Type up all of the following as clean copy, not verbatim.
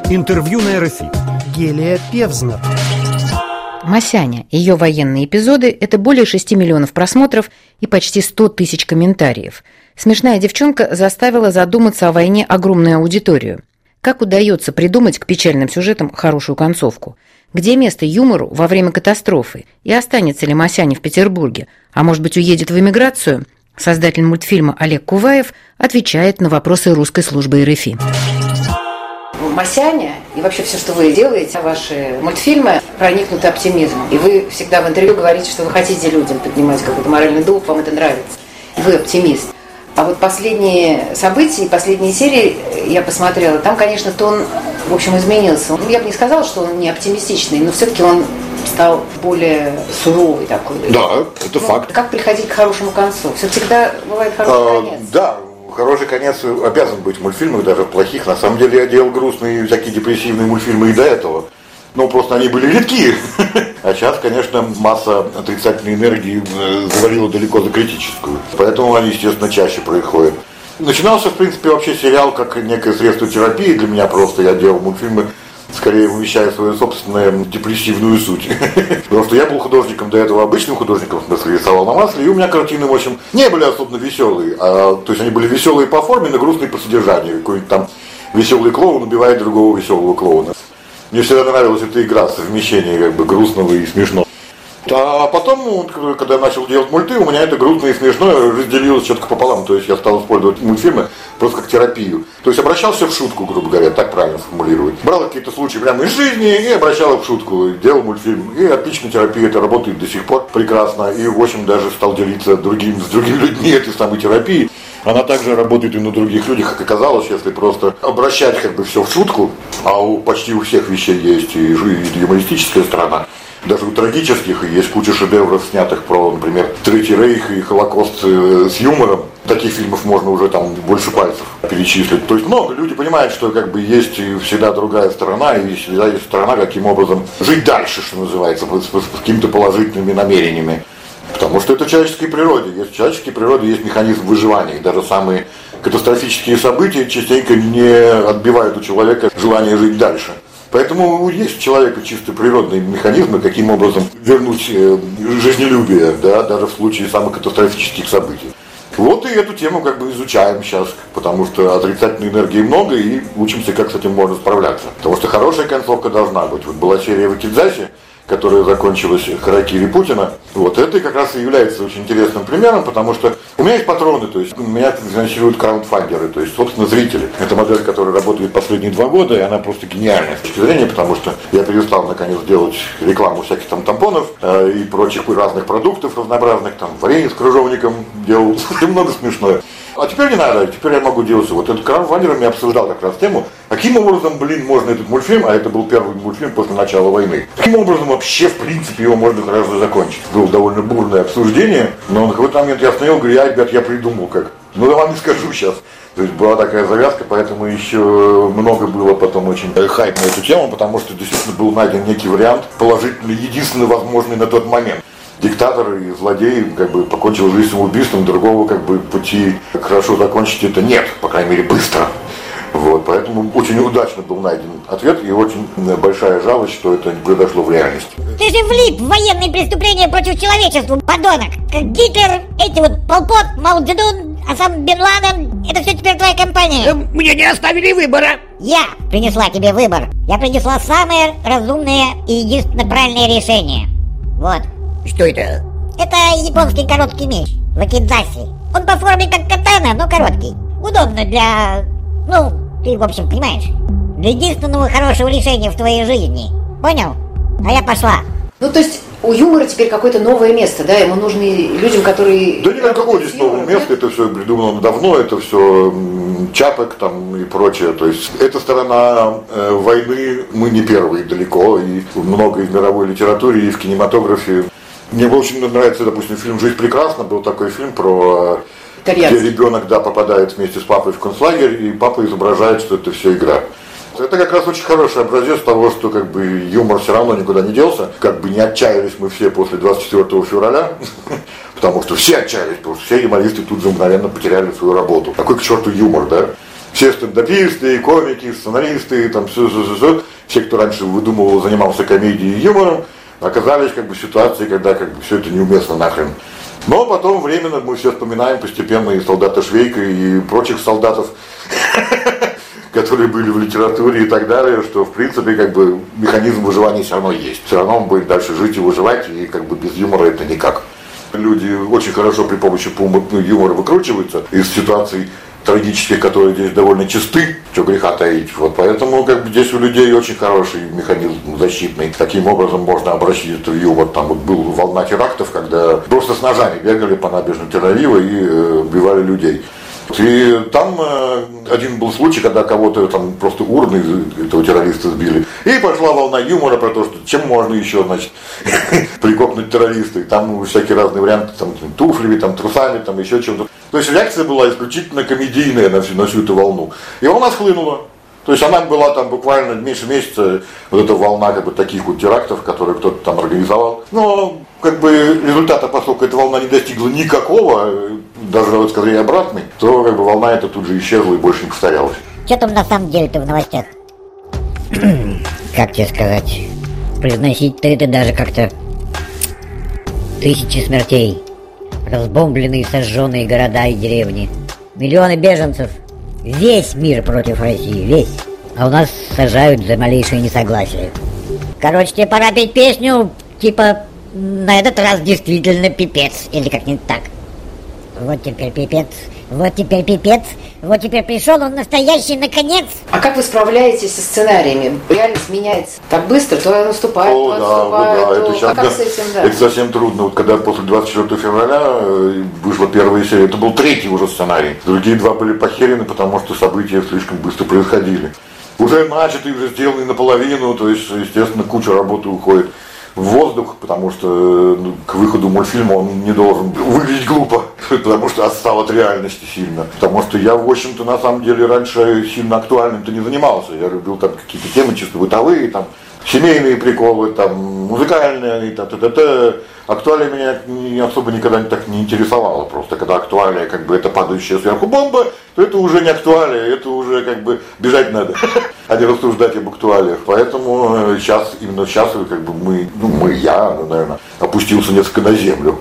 Интервью на РФИ. Гелия Певзнер. «Масяня». Ее военные эпизоды – это более 6 миллионов просмотров и почти 100 тысяч комментариев. Смешная девчонка заставила задуматься о войне огромную аудиторию. Как удается придумать к печальным сюжетам хорошую концовку? Где место юмору во время катастрофы? И останется ли Масяня в Петербурге? А может быть, уедет в эмиграцию? Создатель мультфильма Олег Куваев отвечает на вопросы русской службы РФИ. Масяня и вообще все, что вы делаете, ваши мультфильмы проникнуты оптимизмом. И вы всегда в интервью говорите, что вы хотите людям поднимать какой-то моральный дух, вам это нравится. И вы оптимист. А вот последние события, последние серии я посмотрела, там, конечно, тон, в общем, изменился. Я бы не сказала, что он не оптимистичный, но все-таки он стал более суровый такой. Да, это факт. Как приходить к хорошему концу? Все всегда бывает хороший конец. Да, хороший конец обязан быть в мультфильмах, даже в плохих. На самом деле я делал грустные, всякие депрессивные мультфильмы и до этого. Но просто они были редкие. А сейчас, конечно, масса отрицательной энергии завалила далеко за критическую. Поэтому они, естественно, чаще происходят. Начинался, в принципе, вообще сериал как некое средство терапии для меня просто. Я делал мультфильмы, скорее вымещая свою собственную депрессивную суть. Потому что я был художником до этого, обычным художником, в смысле, рисовал на масле, и у меня картины, в общем, не были особенно веселые. То есть они были веселые по форме, но грустные по содержанию. Какой-нибудь там веселый клоун убивает другого веселого клоуна. Мне всегда нравилась эта игра, совмещение как бы грустного и смешного. А потом, когда я начал делать мульты, у меня это грустное и смешное разделилось четко пополам. То есть я стал использовать мультфильмы просто как терапию. То есть обращался в шутку, грубо говоря, так правильно сформулировать. Брал какие-то случаи прямо из жизни и обращал их в шутку, делал мультфильм. И отличная терапия, это работает до сих пор прекрасно. И, в общем, даже стал делиться с другими людьми этой самой терапией. Она также работает и на других людях, как оказалось, если просто обращать как бы все в шутку, а почти у всех вещей есть и юмористическая сторона. Даже у трагических есть куча шедевров, снятых про, например, Третий Рейх и Холокост с юмором. Таких фильмов можно уже там больше пальцев перечислить. То есть много. Люди понимают, что как бы есть всегда другая сторона, и всегда есть сторона, каким образом жить дальше, что называется, с какими-то положительными намерениями. Потому что это в человеческой природе. В человеческой природе есть механизм выживания. И даже самые катастрофические события частенько не отбивают у человека желание жить дальше. Поэтому есть у человека чисто природные механизмы, каким образом вернуть жизнелюбие, да, даже в случае самых катастрофических событий. Вот и эту тему как бы изучаем сейчас, потому что отрицательной энергии много, и учимся, как с этим можно справляться. Потому что хорошая концовка должна быть. Вот была серия в Акидзасе, которая закончилась харакири Путина. Вот это как раз и является очень интересным примером, потому что у меня есть патроны, то есть меня финансируют краундфандеры, то есть, собственно, зрители. Это модель, которая работает последние 2 года, и она просто гениальная с точки зрения, потому что я перестал, наконец, делать рекламу всяких там тампонов и прочих разных продуктов разнообразных, там, варенье с крыжовником делал, много смешное. А теперь не надо, теперь я могу делать все. Вот этот краундфандер я обсуждал как раз тему, каким образом, можно этот мультфильм, а это был первый мультфильм после начала войны, каким образом вообще, в принципе, его можно хорошо закончить. Было довольно бурное обсуждение, но в какой-то момент я остановил, говорю, ребят, я придумал как. Ну, я вам не скажу сейчас. То есть была такая завязка, поэтому еще много было потом очень хайп на эту тему, потому что действительно был найден некий вариант, положительный, единственный возможный на тот момент. Диктатор и злодей как бы покончил жизнь самоубийством, другого как бы пути хорошо закончить это нет, по крайней мере быстро. Вот, поэтому очень удачно был найден ответ, и очень большая жалость, что это не произошло в реальности. Ты же влип в военные преступления против человечества, подонок! Как Гитлер, эти вот Пол Пот, Мао Цзэдун, а сам Бен Ладен, это все теперь твоя компания. Мне не оставили выбора. Я принесла тебе выбор. Я принесла самое разумное и единственно правильное решение. Вот. Что это? Это японский короткий меч, вакидзаси. Он по форме как катана, но короткий. Удобно для... ты, в общем, понимаешь. Для единственного хорошего решения в твоей жизни. Понял? А я пошла. То есть у юмора теперь какое-то новое место, да? Ему нужны людям, которые... Да никакого здесь нового места, это все придумано давно, это все Чапек там и прочее. То есть эта сторона войны, мы не первые далеко, и много и в мировой литературе, и в кинематографе. Мне очень нравится, допустим, фильм «Жизнь прекрасна». Был такой фильм про... где ребенок, попадает вместе с папой в концлагерь, и папа изображает, что это все игра. Это как раз очень хороший образец того, что как бы юмор все равно никуда не делся. Как бы не отчаялись мы все после 24 февраля, потому что все отчаялись, потому что все юмористы тут же мгновенно потеряли свою работу. Какой к черту юмор, да? все стендаписты, комики, сценаристы, там все, кто раньше выдумывал, занимался комедией и юмором, оказались как бы в ситуации, когда как бы все это неуместно нахрен. Но потом временно мы все вспоминаем постепенно и солдата Швейка, и прочих солдатов, которые были в литературе и так далее, что в принципе как бы механизм выживания все равно есть. Все равно мы будем дальше жить и выживать, и как бы без юмора это никак. Люди очень хорошо при помощи юмора выкручиваются из ситуаций трагических, которые здесь довольно чисты, что греха таить. Вот поэтому как бы здесь у людей очень хороший механизм защитный. Таким образом можно обращать это в юмор. Там вот была волна терактов, когда просто с ножами бегали по набережной Тель-Авива и убивали людей. И там один был случай, когда кого-то там просто урны этого террориста сбили. И пошла волна юмора про то, что чем можно еще, значит, прикопнуть террориста. И там всякие разные варианты, там туфлями, там трусами, там еще чем-то. То есть реакция была исключительно комедийная на всю эту волну. И волна схлынула. То есть она была там буквально меньше месяца, вот эта волна как бы таких вот терактов, которые кто-то там организовал. Но как бы результата, поскольку эта волна не достигла никакого, даже вот скорее обратный, то как бы волна эта тут же исчезла и больше не повторялась. Что там на самом деле-то в новостях? Как тебе сказать? Произносить-то это даже как-то... Тысячи смертей, разбомбленные и сожженные города и деревни, миллионы беженцев. Весь мир против России, весь. А у нас сажают за малейшее несогласие. Короче, тебе пора петь песню, типа, на этот раз действительно пипец, или как-нибудь так. Вот теперь пипец, вот теперь пипец, вот теперь пришел он настоящий наконец. А как вы справляетесь со сценариями? Реальность меняется так быстро, то наступает, то отступает. Это сейчас, как с этим, это совсем трудно. Вот когда после 24 февраля вышла первая серия, это был третий уже сценарий. Другие два были похерены, потому что события слишком быстро происходили. Уже начатый, уже сделанный наполовину, то есть, естественно, куча работы уходит в воздух, потому что к выходу мультфильма он не должен выглядеть глупо, потому что отстал от реальности сильно. Потому что я, в общем-то, на самом деле раньше сильно актуальным-то не занимался. Я любил там какие-то темы чисто бытовые, там семейные приколы, там музыкальные, актуалия меня не особо никогда так не интересовала. Просто когда актуалия, как бы это падающая сверху бомба, то это уже не актуалия, это уже как бы бежать надо, а не рассуждать об актуалиях. Поэтому сейчас, именно сейчас, как бы я, наверное, опустился несколько на землю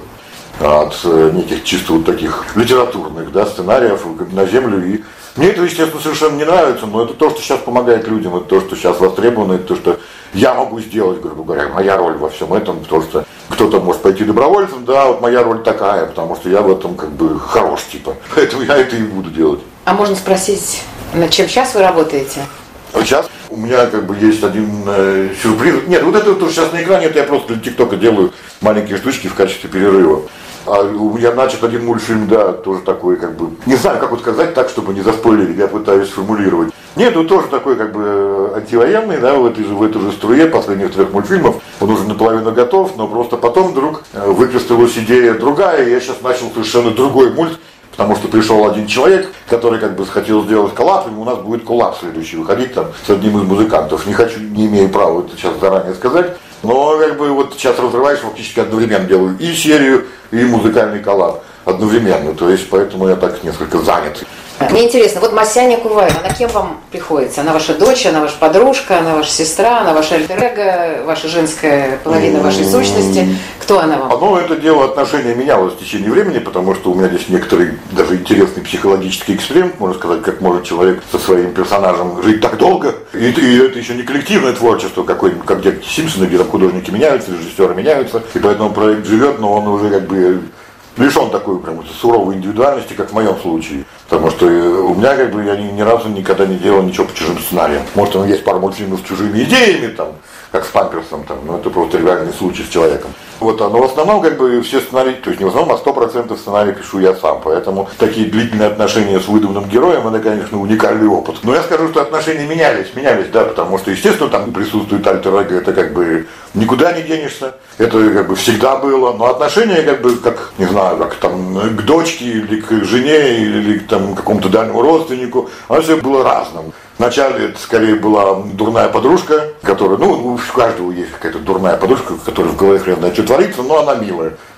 от неких чисто вот таких литературных, да, сценариев на землю. И мне это, естественно, совершенно не нравится, но это то, что сейчас помогает людям, это то, что сейчас востребовано, это то, что я могу сделать, грубо говоря, моя роль во всем этом, потому что кто-то может пойти добровольцем, да, вот моя роль такая, потому что я в этом как бы хорош, типа, поэтому я это и буду делать. А можно спросить, над чем сейчас вы работаете? Сейчас у меня как бы есть один сюрприз. Нет, вот это вот сейчас на экране, это я просто для ТикТока делаю маленькие штучки в качестве перерыва. А у меня начат один мультфильм, да, тоже такой, как бы, не знаю, как вот сказать так, чтобы не заспойлерить, я пытаюсь сформулировать. Нет, он тоже такой, как бы, антивоенный, да, в эту же струе последних 3 мультфильмов. Он уже наполовину готов, но просто потом вдруг выкрестилась идея другая, и я сейчас начал совершенно другой мульт, потому что пришел один человек, который как бы хотел сделать коллаб, и у нас будет коллаб следующий выходить там с одним из музыкантов. Не имею права это сейчас заранее сказать. Но как бы вот сейчас разрываешь, фактически одновременно делаю и серию, и музыкальный коллаб одновременно. То есть поэтому я так несколько занят. Мне интересно, вот Масяня Куваева, она кем вам приходится? Она ваша дочь, она ваша подружка, она ваша сестра, она ваша альтер-эго, ваша женская половина вашей сущности? Кто она вам? Ну, это дело отношения менялось в течение времени, потому что у меня здесь некоторый даже интересный психологический эксперимент, можно сказать, как может человек со своим персонажем жить так долго. И это еще не коллективное творчество, какое-нибудь, как детки Симпсоны, где там художники меняются, режиссеры меняются, и поэтому проект живет, но он уже как бы лишен такой прям суровой индивидуальности, как в моем случае. Потому что у меня как бы я ни разу никогда не делал ничего по чужим сценариям. Может, там есть пару мультфильмов с чужими идеями, там, как с Памперсом, там, но это просто реальный случай с человеком. Вот, но в основном как бы все сценарии, то есть не в основном, а 100% сценарий пишу я сам. Поэтому такие длительные отношения с выдуманным героем, это, конечно, уникальный опыт. Но я скажу, что отношения менялись, да, потому что, естественно, там присутствует альтер-эго, это как бы никуда не денешься. Это как бы всегда было, но отношения как бы, как, не знаю, как там к дочке или к жене или там, к какому-то дальнему родственнику, оно все было разным. Вначале это скорее была дурная подружка, которая, ну, у каждого есть какая-то дурная подружка, которая в голове хрен знает, что творится, но она милая.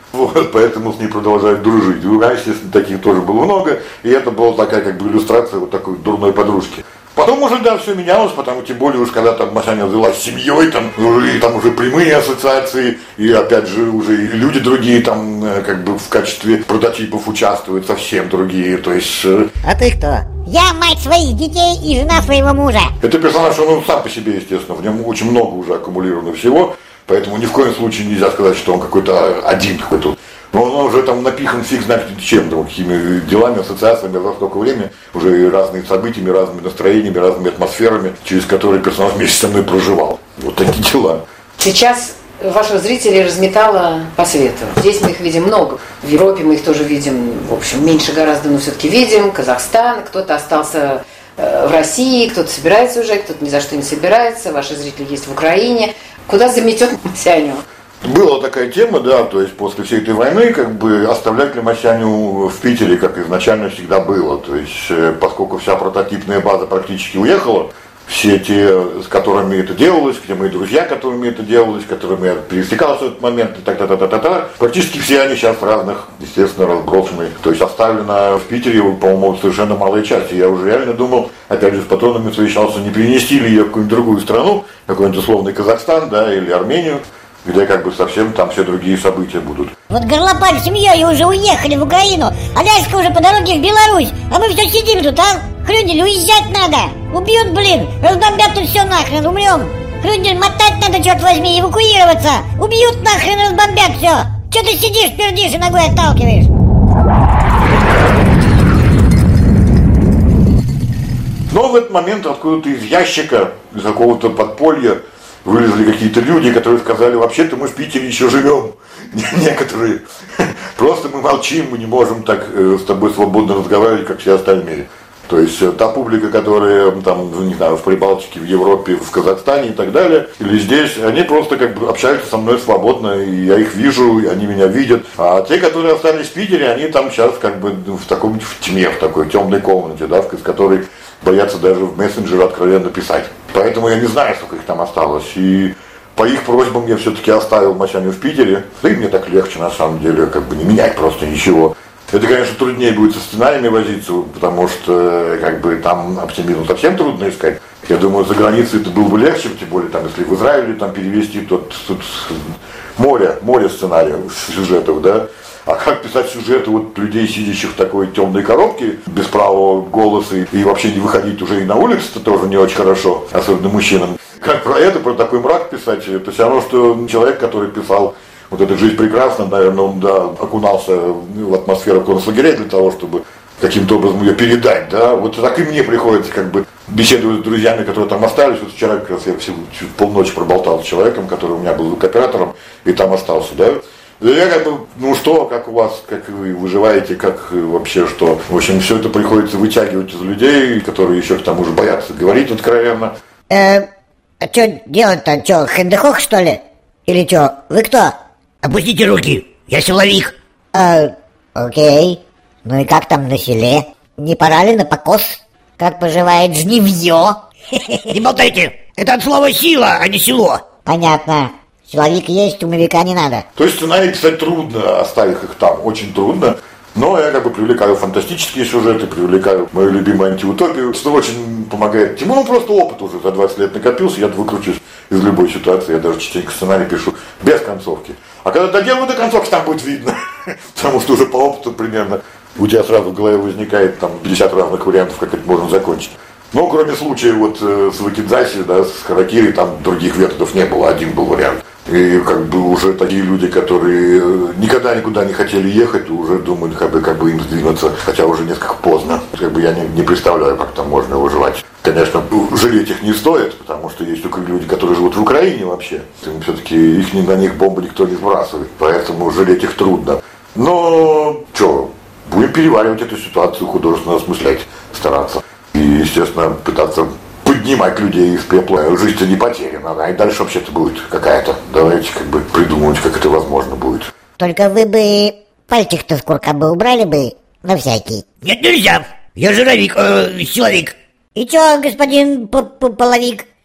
Вот, поэтому с ней продолжают дружить. У меня, естественно, таких тоже было много, и это была такая как бы иллюстрация вот такой дурной подружки. Потом уже, да, все менялось, потому тем более уж когда там Масяня взялась с семьей, там уже прямые ассоциации, и опять же уже и люди другие там как бы в качестве прототипов участвуют, совсем другие, то есть... А ты кто? Я мать своих детей и жена своего мужа. Это персонаж, он сам по себе, естественно, в нем очень много уже аккумулировано всего, поэтому ни в коем случае нельзя сказать, что он какой-то один какой-то. Но он уже там напихан фиг знает чем, там, какими делами, ассоциациями за столько времени, уже и разными событиями, разными настроениями, разными атмосферами, через которые персонаж вместе со мной проживал. Вот такие дела. Сейчас ваших зрителей разметало по свету. Здесь мы их видим много. В Европе мы их тоже видим, в общем, меньше гораздо, но все-таки видим. Казахстан, кто-то остался в России, кто-то собирается уже, кто-то ни за что не собирается. Ваши зрители есть в Украине. Куда заметет Масяню? Была такая тема, да, то есть после всей этой войны, как бы оставлять ли Масяню в Питере, как изначально всегда было. То есть, поскольку вся прототипная база практически уехала, все те, с которыми это делалось, где мои друзья, которыми это делалось, которыми я пересекался в этот момент, и так-та-та-та-та-та, практически все они сейчас разных, естественно, разбросаны. То есть оставлено в Питере, по-моему, совершенно малая часть. И я уже реально думал, опять же, с патронами совещался, не перенести ли ее в какую-нибудь другую страну, какой-нибудь условный Казахстан, да, или Армению, где как бы совсем там все другие события будут. Вот Горлопан с семьей уже уехали в Украину, а Ляська уже по дороге в Беларусь, а мы все сидим тут, а? Хрюндель, уезжать надо! Убьют, блин! Разбомбят тут все нахрен, умрем! Хрюндель, мотать надо, черт возьми, эвакуироваться! Убьют нахрен, разбомбят все! Че ты сидишь, пердишь и ногой отталкиваешь? Но в этот момент откуда-то из ящика, из какого-то подполья, вылезли какие-то люди, которые сказали, вообще-то мы в Питере еще живем. Некоторые. Просто мы молчим, мы не можем так с тобой свободно разговаривать, как все остальные. То есть та публика, которая там, не знаю, в Прибалтике, в Европе, в Казахстане и так далее, или здесь, они просто как бы общаются со мной свободно, и я их вижу, и они меня видят. А те, которые остались в Питере, они там сейчас как бы в тьме, в такой темной комнате, да, из которой боятся даже в мессенджер откровенно писать. Поэтому я не знаю, сколько их там осталось. И по их просьбам я все-таки оставил Масяню в Питере. Да и мне так легче, на самом деле, как бы не менять просто ничего. Это, конечно, труднее будет со сценариями возиться, потому что как бы там оптимизм совсем трудно искать. Я думаю, за границей это было бы легче, тем более там, если в Израиле там перевести, то тут море сценариев, сюжетов, да. А как писать сюжеты вот людей, сидящих в такой темной коробке, без права голоса и вообще не выходить уже и на улицу, это тоже не очень хорошо, особенно мужчинам. Как про такой мрак писать, это все равно, что человек, который писал вот эту «Жизнь прекрасна», наверное, он, да, окунался в атмосферу концлагерей для того, чтобы каким-то образом ее передать, да. Вот так и мне приходится как бы беседовать с друзьями, которые там остались. Вот вчера как раз я полночи проболтал с человеком, который у меня был звукооператором, и там остался, да. Я как бы, ну что, как у вас, как вы выживаете, как вообще что. В общем, все это приходится вытягивать из людей, которые еще к тому же боятся говорить откровенно. А что делать-то? Что, хэндехох, что ли? Или что? Вы кто? Опустите руки, я силовик. Окей. Ну и как там на селе? Не пора ли на покос? Как поживает жнивье? Не болтайте, это от слова сила, а не село. Понятно. Силовик есть, умовика не надо. То есть сценарий писать трудно, оставив их там, очень трудно. Но я как бы привлекаю фантастические сюжеты, привлекаю мою любимую антиутопию, что очень помогает. Тем более просто опыт уже за 20 лет накопился, я выкручусь из любой ситуации, я даже частенько сценарий пишу без концовки. А когда доделаю до концовки, там будет видно, потому что уже по опыту примерно у тебя сразу в голове возникает там 50 разных вариантов, как это можно закончить. Но кроме случая вот с Вакидзаси, да, с Харакири, там других методов не было, один был вариант. И как бы уже такие люди, которые никогда никуда не хотели ехать, уже думают, как бы им сдвинуться, хотя уже несколько поздно. Как бы я не представляю, как там можно выживать. Конечно, жалеть их не стоит, потому что есть только люди, которые живут в Украине вообще. Все-таки на них бомбы никто не сбрасывает, поэтому жалеть их трудно. Но что, будем переваривать эту ситуацию, художественно осмыслять, стараться. И, естественно, пытаться поднимать людей из пепла. Жизнь-то не потеряна, да, и дальше вообще-то будет какая-то. Давайте как бы придумывать, как это возможно будет. Только вы бы пальчик-то с курка бы убрали бы на всякий. Нет, нельзя, я жировик, силовик. И чё, господин половик,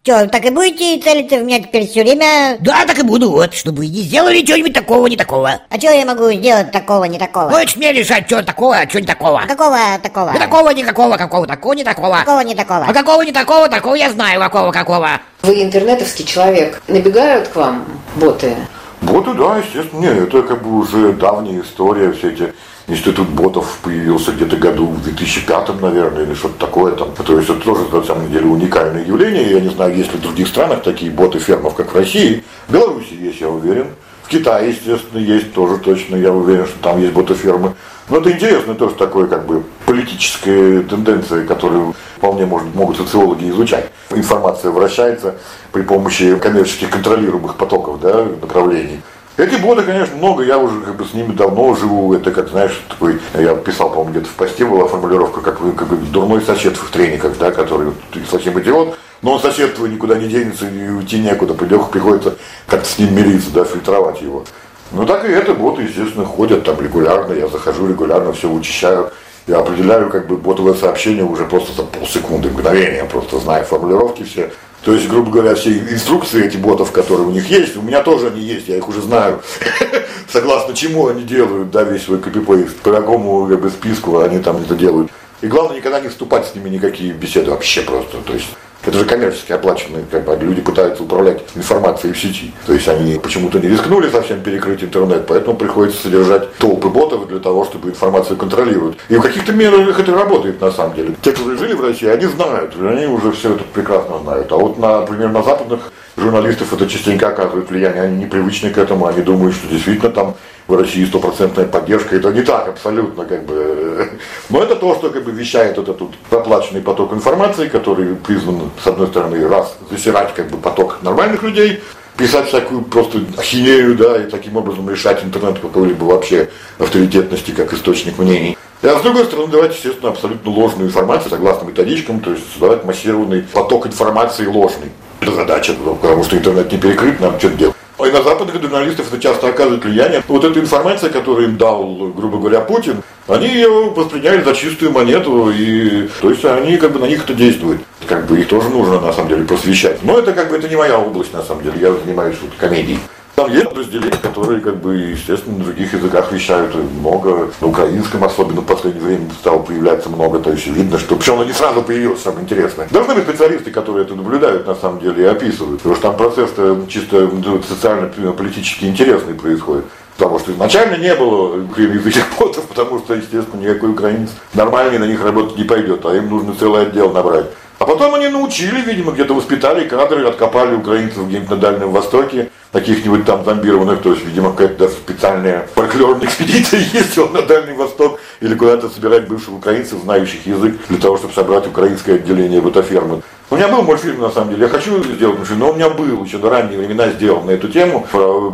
Че, так и будете целиться в меня теперь все время? Да, так и буду, вот, чтобы вы не сделали чего-нибудь такого, не такого. А что я могу сделать такого, не такого? Ну, это ж мне решать, что такого, а что не такого. А какого такого? Ну, такого, никакого, какого, такого, не такого. Какого не такого? А какого не такого, такого я знаю, какого. Вы интернетовский человек. Набегают к вам боты? Боты, да, естественно. Не, это как бы уже давняя история, все эти... Институт ботов появился где-то году в 2005, наверное, или что-то такое там. То есть это тоже, на самом деле, уникальное явление. Я не знаю, есть ли в других странах такие боты-фермов, как в России. В Беларуси есть, я уверен. В Китае, естественно, есть тоже точно. Я уверен, что там есть боты-фермы. Но это интересно тоже такое, как бы, политическая тенденция, которую вполне могут социологи изучать. Информация вращается при помощи коммерческих контролируемых потоков, да, направлений. Эти боты, конечно, много, я уже как бы с ними давно живу, это как, знаешь, такой, я писал, по-моему, где-то в посте была формулировка, как бы дурной сосед в трениках, да, который совсем идиот, но он сосед твой никуда не денется, и уйти некуда, приходится как-то с ним мириться, да, фильтровать его. Ну так и это боты, естественно, ходят там регулярно, я захожу регулярно, все вычищаю, я определяю как бы ботовое сообщение уже просто за полсекунды, мгновения, просто знаю формулировки все. То есть, грубо говоря, все инструкции этих ботов, которые у них есть, у меня тоже они есть, я их уже знаю, согласно чему они делают, да, весь свой копипейст, по какому как бы, списку они там это делают. И главное, никогда не вступать с ними никакие беседы вообще просто, то есть, это же коммерчески оплаченные, как бы, люди пытаются управлять информацией в сети. То есть они почему-то не рискнули совсем перекрыть интернет, поэтому приходится содержать толпы ботов для того, чтобы информацию контролировать. И в каких-то мерах это работает на самом деле. Те, которые жили в России, они знают, они уже все это прекрасно знают. А вот, например, на западных журналистов это частенько оказывает влияние, они непривычны к этому, они думают, что действительно там в России стопроцентная поддержка, это не так абсолютно, как бы. Но это то, что как бы вещает вот этот проплаченный поток информации, который призван, с одной стороны, раз засирать как бы поток нормальных людей, писать всякую просто ахинею, да, и таким образом решать интернет какой-либо вообще авторитетности как источник мнений. А с другой стороны, давать, естественно, абсолютно ложную информацию, согласно методичкам, то есть создавать массированный поток информации ложный. Это задача, потому что интернет не перекрыт, нам что-то делать. И на западных журналистов это часто оказывает влияние. Вот эта информация, которую им дал, грубо говоря, Путин, они ее восприняли за чистую монету, и то есть они как бы на них это действует. Как бы их тоже нужно на самом деле просвещать. Но это как бы это не моя область на самом деле, я занимаюсь вот комедией. Там есть подразделения, которые, как бы, естественно, на других языках вещают много. На украинском особенно в последнее время стало появляться много. То есть видно, что... Причем оно не сразу появилось, самое интересное. Должны быть специалисты, которые это наблюдают, на самом деле, и описывают. Потому что там процесс-то чисто социально-политически интересный происходит. Потому что изначально не было украиноязычных ботов, потому что, естественно, никакой украинец нормальный на них работать не пойдет, а им нужно целый отдел набрать. А потом они научили, видимо, где-то воспитали кадры, откопали украинцев где-нибудь на Дальнем Востоке, каких-нибудь там зомбированных, то есть, видимо, какая-то даже специальная фольклорная экспедиция ездила на Дальний Восток или куда-то собирать бывших украинцев, знающих язык, для того, чтобы собрать украинское отделение ботофермы. У меня был мультфильм, на самом деле, я хочу сделать мультфильм, но у меня был еще на ранние времена сделан на эту тему,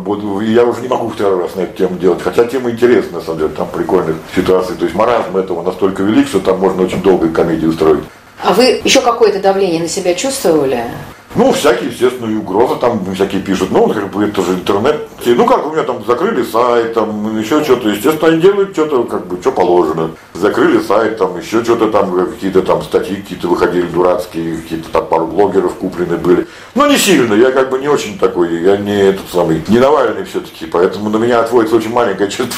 и я уже не могу второй раз на эту тему делать, хотя тема интересная, на самом деле, там прикольных ситуаций, то есть маразм этого настолько велик, что там можно очень долго комедию устроить. А вы еще какое-то давление на себя чувствовали? Ну, всякие, естественно, и угрозы там всякие пишут. Ну, как бы это же интернет. Ну, как у меня там закрыли сайт, там еще что-то. Естественно, они делают что-то, как бы, что положено. Закрыли сайт, там еще что-то там, какие-то там статьи какие-то выходили дурацкие, какие-то там пару блогеров куплены были. Но не сильно, я как бы не очень такой, я не этот самый, не Навальный все-таки, поэтому на меня отводится очень маленькая черта,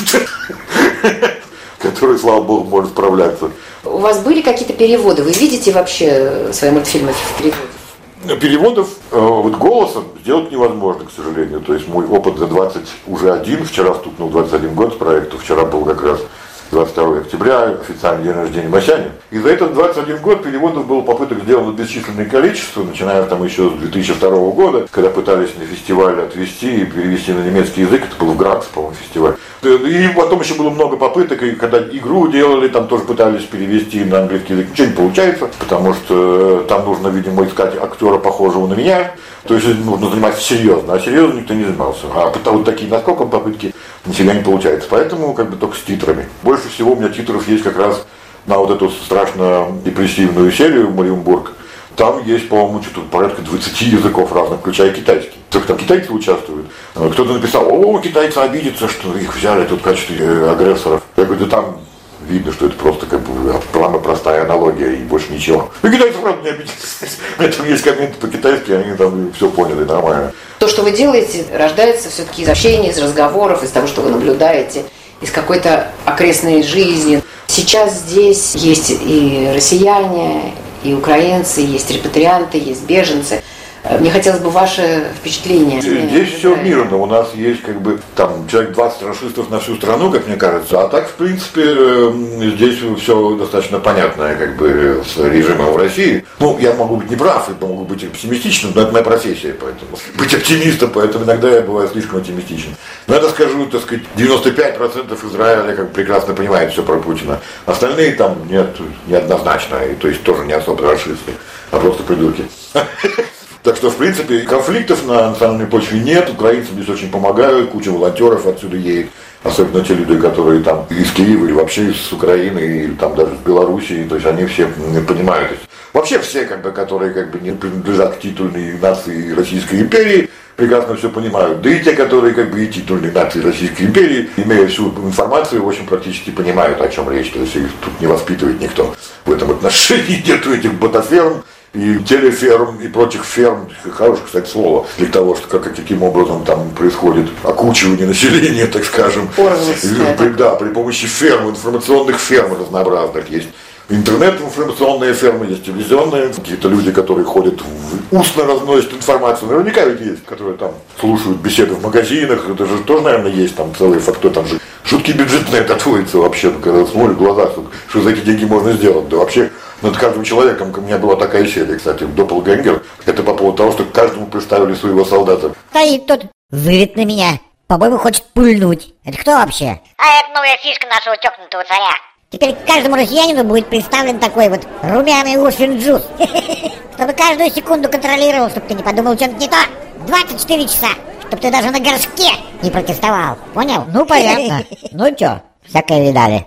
которая, слава богу, может справляться. У вас были какие-то переводы? Вы видите вообще свои мультфильмы в переводе? Переводов вот голосом сделать невозможно, к сожалению. То есть мой опыт за 21, вчера стукнул 21 год с проекту, вчера был как раз 22 октября, официальный день рождения Масяни. И за этот 21 год переводов было попыток сделано бесчисленное количество, начиная там еще с 2002 года, когда пытались на фестиваль отвезти и перевести на немецкий язык, это был в Граце, по-моему, фестиваль. И потом еще было много попыток, и когда игру делали, там тоже пытались перевести на английский язык, ничего не получается, потому что там нужно, видимо, искать актера, похожего на меня, то есть нужно заниматься серьезно, а серьезно никто не занимался. А вот такие наскоком попытки нифига не получается, поэтому как бы только с титрами. Больше всего у меня титров есть как раз на вот эту страшно депрессивную серию «Мариенбург». Там есть, по-моему, что-то порядка 20 языков разных, включая китайский. Только там китайцы участвуют. Кто-то написал: о, китайцы обидятся, что их взяли тут в качестве агрессоров. Я говорю, да там видно, что это просто как бы самая простая аналогия и больше ничего. И китайцы, правда, не обиделись. В этом есть комменты по-китайски, они там все поняли нормально. То, что вы делаете, рождается все-таки из общения, из разговоров, из того, что вы наблюдаете, из какой-то окрестной жизни. Сейчас здесь есть и россияне, и украинцы, есть репатрианты, есть беженцы. Мне хотелось бы ваше впечатление. Здесь все мирно. У нас есть как бы там человек 20 траншистов на всю страну, как мне кажется. А так, в принципе, здесь все достаточно понятное как бы с режимом в России. Ну, я могу быть неправ, и могу быть оптимистичным, но это моя профессия, поэтому быть оптимистом, поэтому иногда я бываю слишком оптимистичен. Но это скажу, так сказать, 95% Израиля как бы прекрасно понимает все про Путина. Остальные там нет, неоднозначно, и то есть тоже не особо траншисты, а просто придурки. Так что, в принципе, конфликтов на национальной почве нет, украинцам здесь очень помогают, куча волонтеров отсюда едет, особенно те люди, которые там из Киева или вообще из Украины, или там даже из Белоруссии, то есть они все понимают. То есть, вообще все, как бы, которые как бы не принадлежат к титульной нации Российской империи, прекрасно все понимают. Да и те, которые как бы и титульные нации Российской империи, имея всю информацию, в общем, практически понимают, о чем речь. То есть их тут не воспитывает никто. В этом отношении нету этих ботаферм, и телеферм, и прочих ферм, хорошее, кстати, слово, для того, что каким образом там происходит окучивание населения, так скажем. Да, при помощи ферм, информационных ферм разнообразных есть. Интернет-информационные фермы, есть телевизионные, какие-то люди, которые ходят, устно разносят информацию, наверняка ведь есть, которые там слушают беседы в магазинах, это же тоже, наверное, есть там целые факты, там же жуткие бюджетные отводятся вообще, когда смотришь в глаза, что за эти деньги можно сделать, да вообще над каждым человеком, у меня была такая серия, кстати, Doppelganger, это по поводу того, что каждому представили своего солдата. Стоит тут, зырит на меня, по-моему, хочет пульнуть. Это кто вообще? А это новая фишка нашего чокнутого царя. Теперь каждому россиянину будет представлен такой вот румяный Урфин-Джуз. Чтобы каждую секунду контролировал, чтобы ты не подумал что-нибудь не то. 24 часа, чтобы ты даже на горшке не протестовал. Понял? Ну, понятно. Ну чё, всякое видали.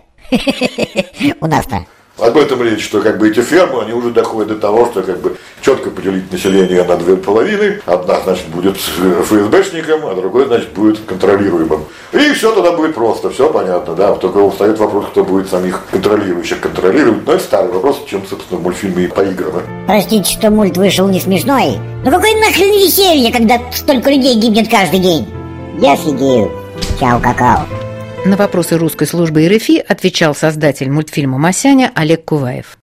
У нас-то. Об этом речь, что как бы эти фермы, они уже доходят до того, что как бы четко поделить население на две половины. Одна, значит, будет ФСБшником, а другой, значит, будет контролируемым. И все тогда будет просто, все понятно, да. Только встает вопрос, кто будет самих контролирующих контролировать. Но это старый вопрос, чем, собственно, в мультфильме и поиграно. Простите, что мульт вышел не смешной. Но какое нахрен веселье, когда столько людей гибнет каждый день? Я офигею. Чао, какао. На вопросы русской службы РФИ отвечал создатель мультфильма «Масяня» Олег Куваев.